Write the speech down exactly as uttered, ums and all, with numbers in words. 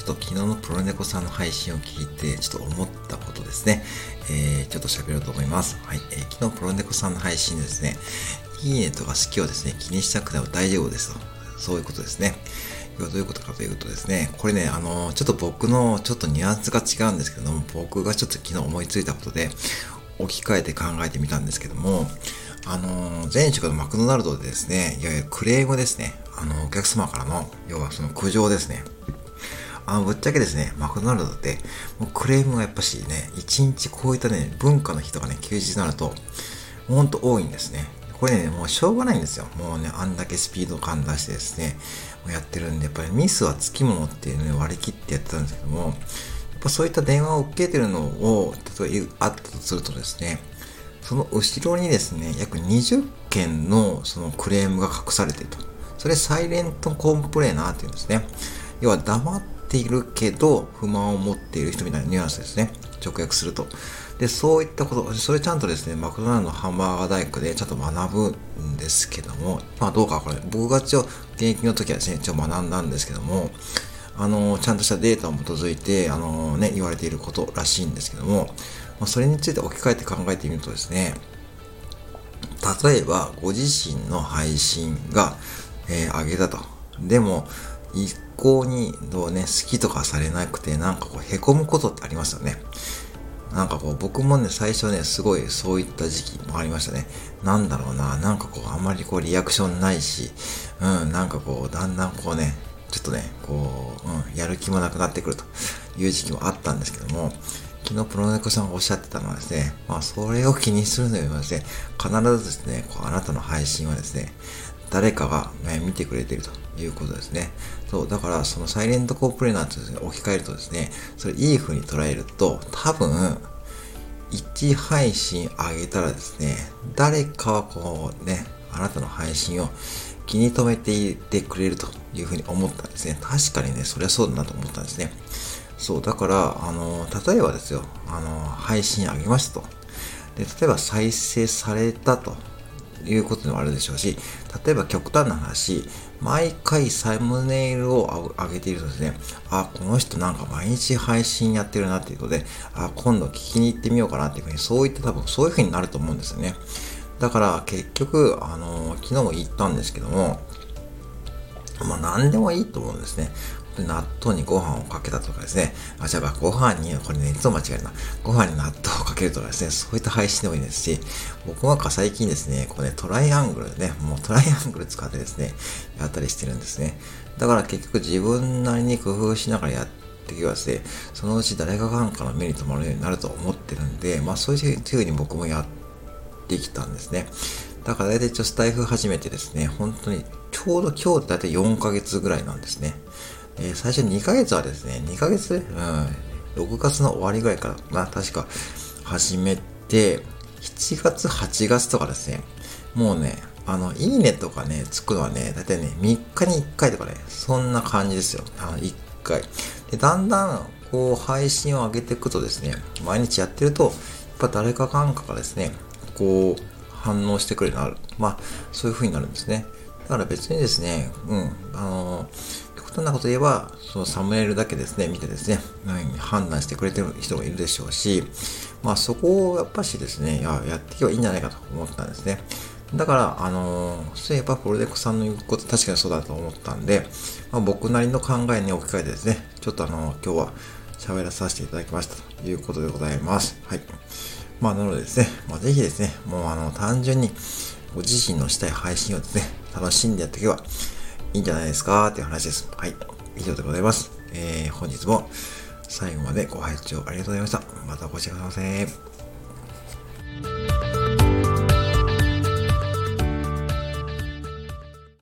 ょっと昨日のプロネコさんの配信を聞いて、ちょっと思ったことですね。えー、ちょっと喋ろうと思います。はい。えー、昨日プロネコさんの配信でですね、いいねとか好きをですね、気にしなくても大丈夫ですと。そういうことですね。どういうことかというとですね、これね、あのー、ちょっと僕のちょっとニュアンスが違うんですけども、僕がちょっと昨日思いついたことで、置き換えて考えてみたんですけども、あのー、前職のマクドナルドでですね、いわゆるクレームですね。あの、お客様からの、要はその苦情ですね。あの、ぶっちゃけですね、マクドナルドって、もうクレームがやっぱしね、一日こういったね、文化の日とかね、休日になると、ほんと多いんですね。これね、もうしょうがないんですよ。もうね、あんだけスピード感出してですね、やってるんで、やっぱりミスはつきものっていうね、割り切ってやってたんですけども、やっぱそういった電話を受けてるのを、例えばあったとするとですね、その後ろにですね、約にじゅっけんのそのクレームが隠されていると。それサイレントコンプレーナーっていうんですね。要は黙っているけど不満を持っている人みたいなニュアンスですね。直訳すると。で、そういったこと、それちゃんとですね、マクドナルドのハンバーガー大学でちゃんと学ぶんですけども、まあどうかこれ、僕が一応現役の時はですね、一応学んだんですけども、あの、ちゃんとしたデータを基づいて、あのね、言われていることらしいんですけども、まあ、それについて置き換えて考えてみるとですね、例えばご自身の配信が、えー、上げたと。でも、一向にどうね、好きとかされなくて、なんかこう、凹むことってありますよね。なんかこう、僕もね、最初ね、すごいそういった時期もありましたね。なんだろうな、なんかこう、あんまりこう、リアクションないし、うん、なんかこう、だんだんこうね、ちょっとね、こう、うん、やる気もなくなってくるという時期もあったんですけども、昨日プロネコさんがおっしゃってたのはですね、まあそれを気にするのよりもですね、必ずですね、こうあなたの配信はですね、誰かが、ね、見てくれているということですね。そう、だからそのサイレントコープレーナーとですね、置き換えるとですね、それいい風に捉えると、多分、一配信上げたらですね、誰かはこうね、あなたの配信を気に留めていてくれるというふうに思ったんですね。確かにね、そりゃそうだなと思ったんですね。そう、だから、あの、例えばですよ、あの、配信上げましたと。で、例えば再生されたということもあるでしょうし、例えば極端な話、毎回サムネイルを上げているとですね、あ、この人なんか毎日配信やってるなっていうことで、あ、今度聞きに行ってみようかなっていうふうに、そういった多分そういうふうになると思うんですよね。だから結局、あの、昨日も言ったんですけども、まあ何でもいいと思うんですね。納豆にご飯をかけたとかですね。あ、じゃあご飯に、これね、いつも間違えるな。ご飯に納豆をかけるとかですね。そういった配信でもいいですし、僕なんか最近ですね、これね、トライアングルでね、もうトライアングル使ってですね、やったりしてるんですね。だから結局自分なりに工夫しながらやっていけばですね、そのうち誰かがかの目に留まるようになると思ってるんで、まあそういうふうに僕もやってきたんですね。だから大体ちょっとスタイフ始めてですね、本当にちょうど今日だいたいよんかげつぐらいなんですね。えー、最初にかげつはですね、にかげつ、うん、ろくがつの終わりぐらいから、まあ確か始めて、しちがつ、はちがつとかですね、もうね、あの、いいねとかね、つくのはね、だいたいね、みっかにいっかいとかね、そんな感じですよ。あの、いっかい。で、だんだん、こう、配信を上げていくとですね、毎日やってると、やっぱ誰かかんかがですね、こう、反応してくれるようになる。まあ、そういう風になるんですね。だから別にですね、うん、あのー、そんなこと言えば、そのサムネイルだけですね、見てですね、判断してくれてる人もいるでしょうし、まあそこをやっぱしですね、ややっていけばいいんじゃないかと思ったんですね。だから、あのー、そういえばプロデコさんの言うこと確かにそうだと思ったんで、まあ、僕なりの考えに置き換えてですね、ちょっとあのー、今日は喋らさせていただきましたということでございます。はい。まあなのでですね、まあぜひですね、もうあの、単純にご自身のしたい配信をですね、楽しんでやっていけば、いいんじゃないですかっていう話です。はい。以上でございます。えー、本日も最後までご拝聴ありがとうございました。またご視聴くださいませ。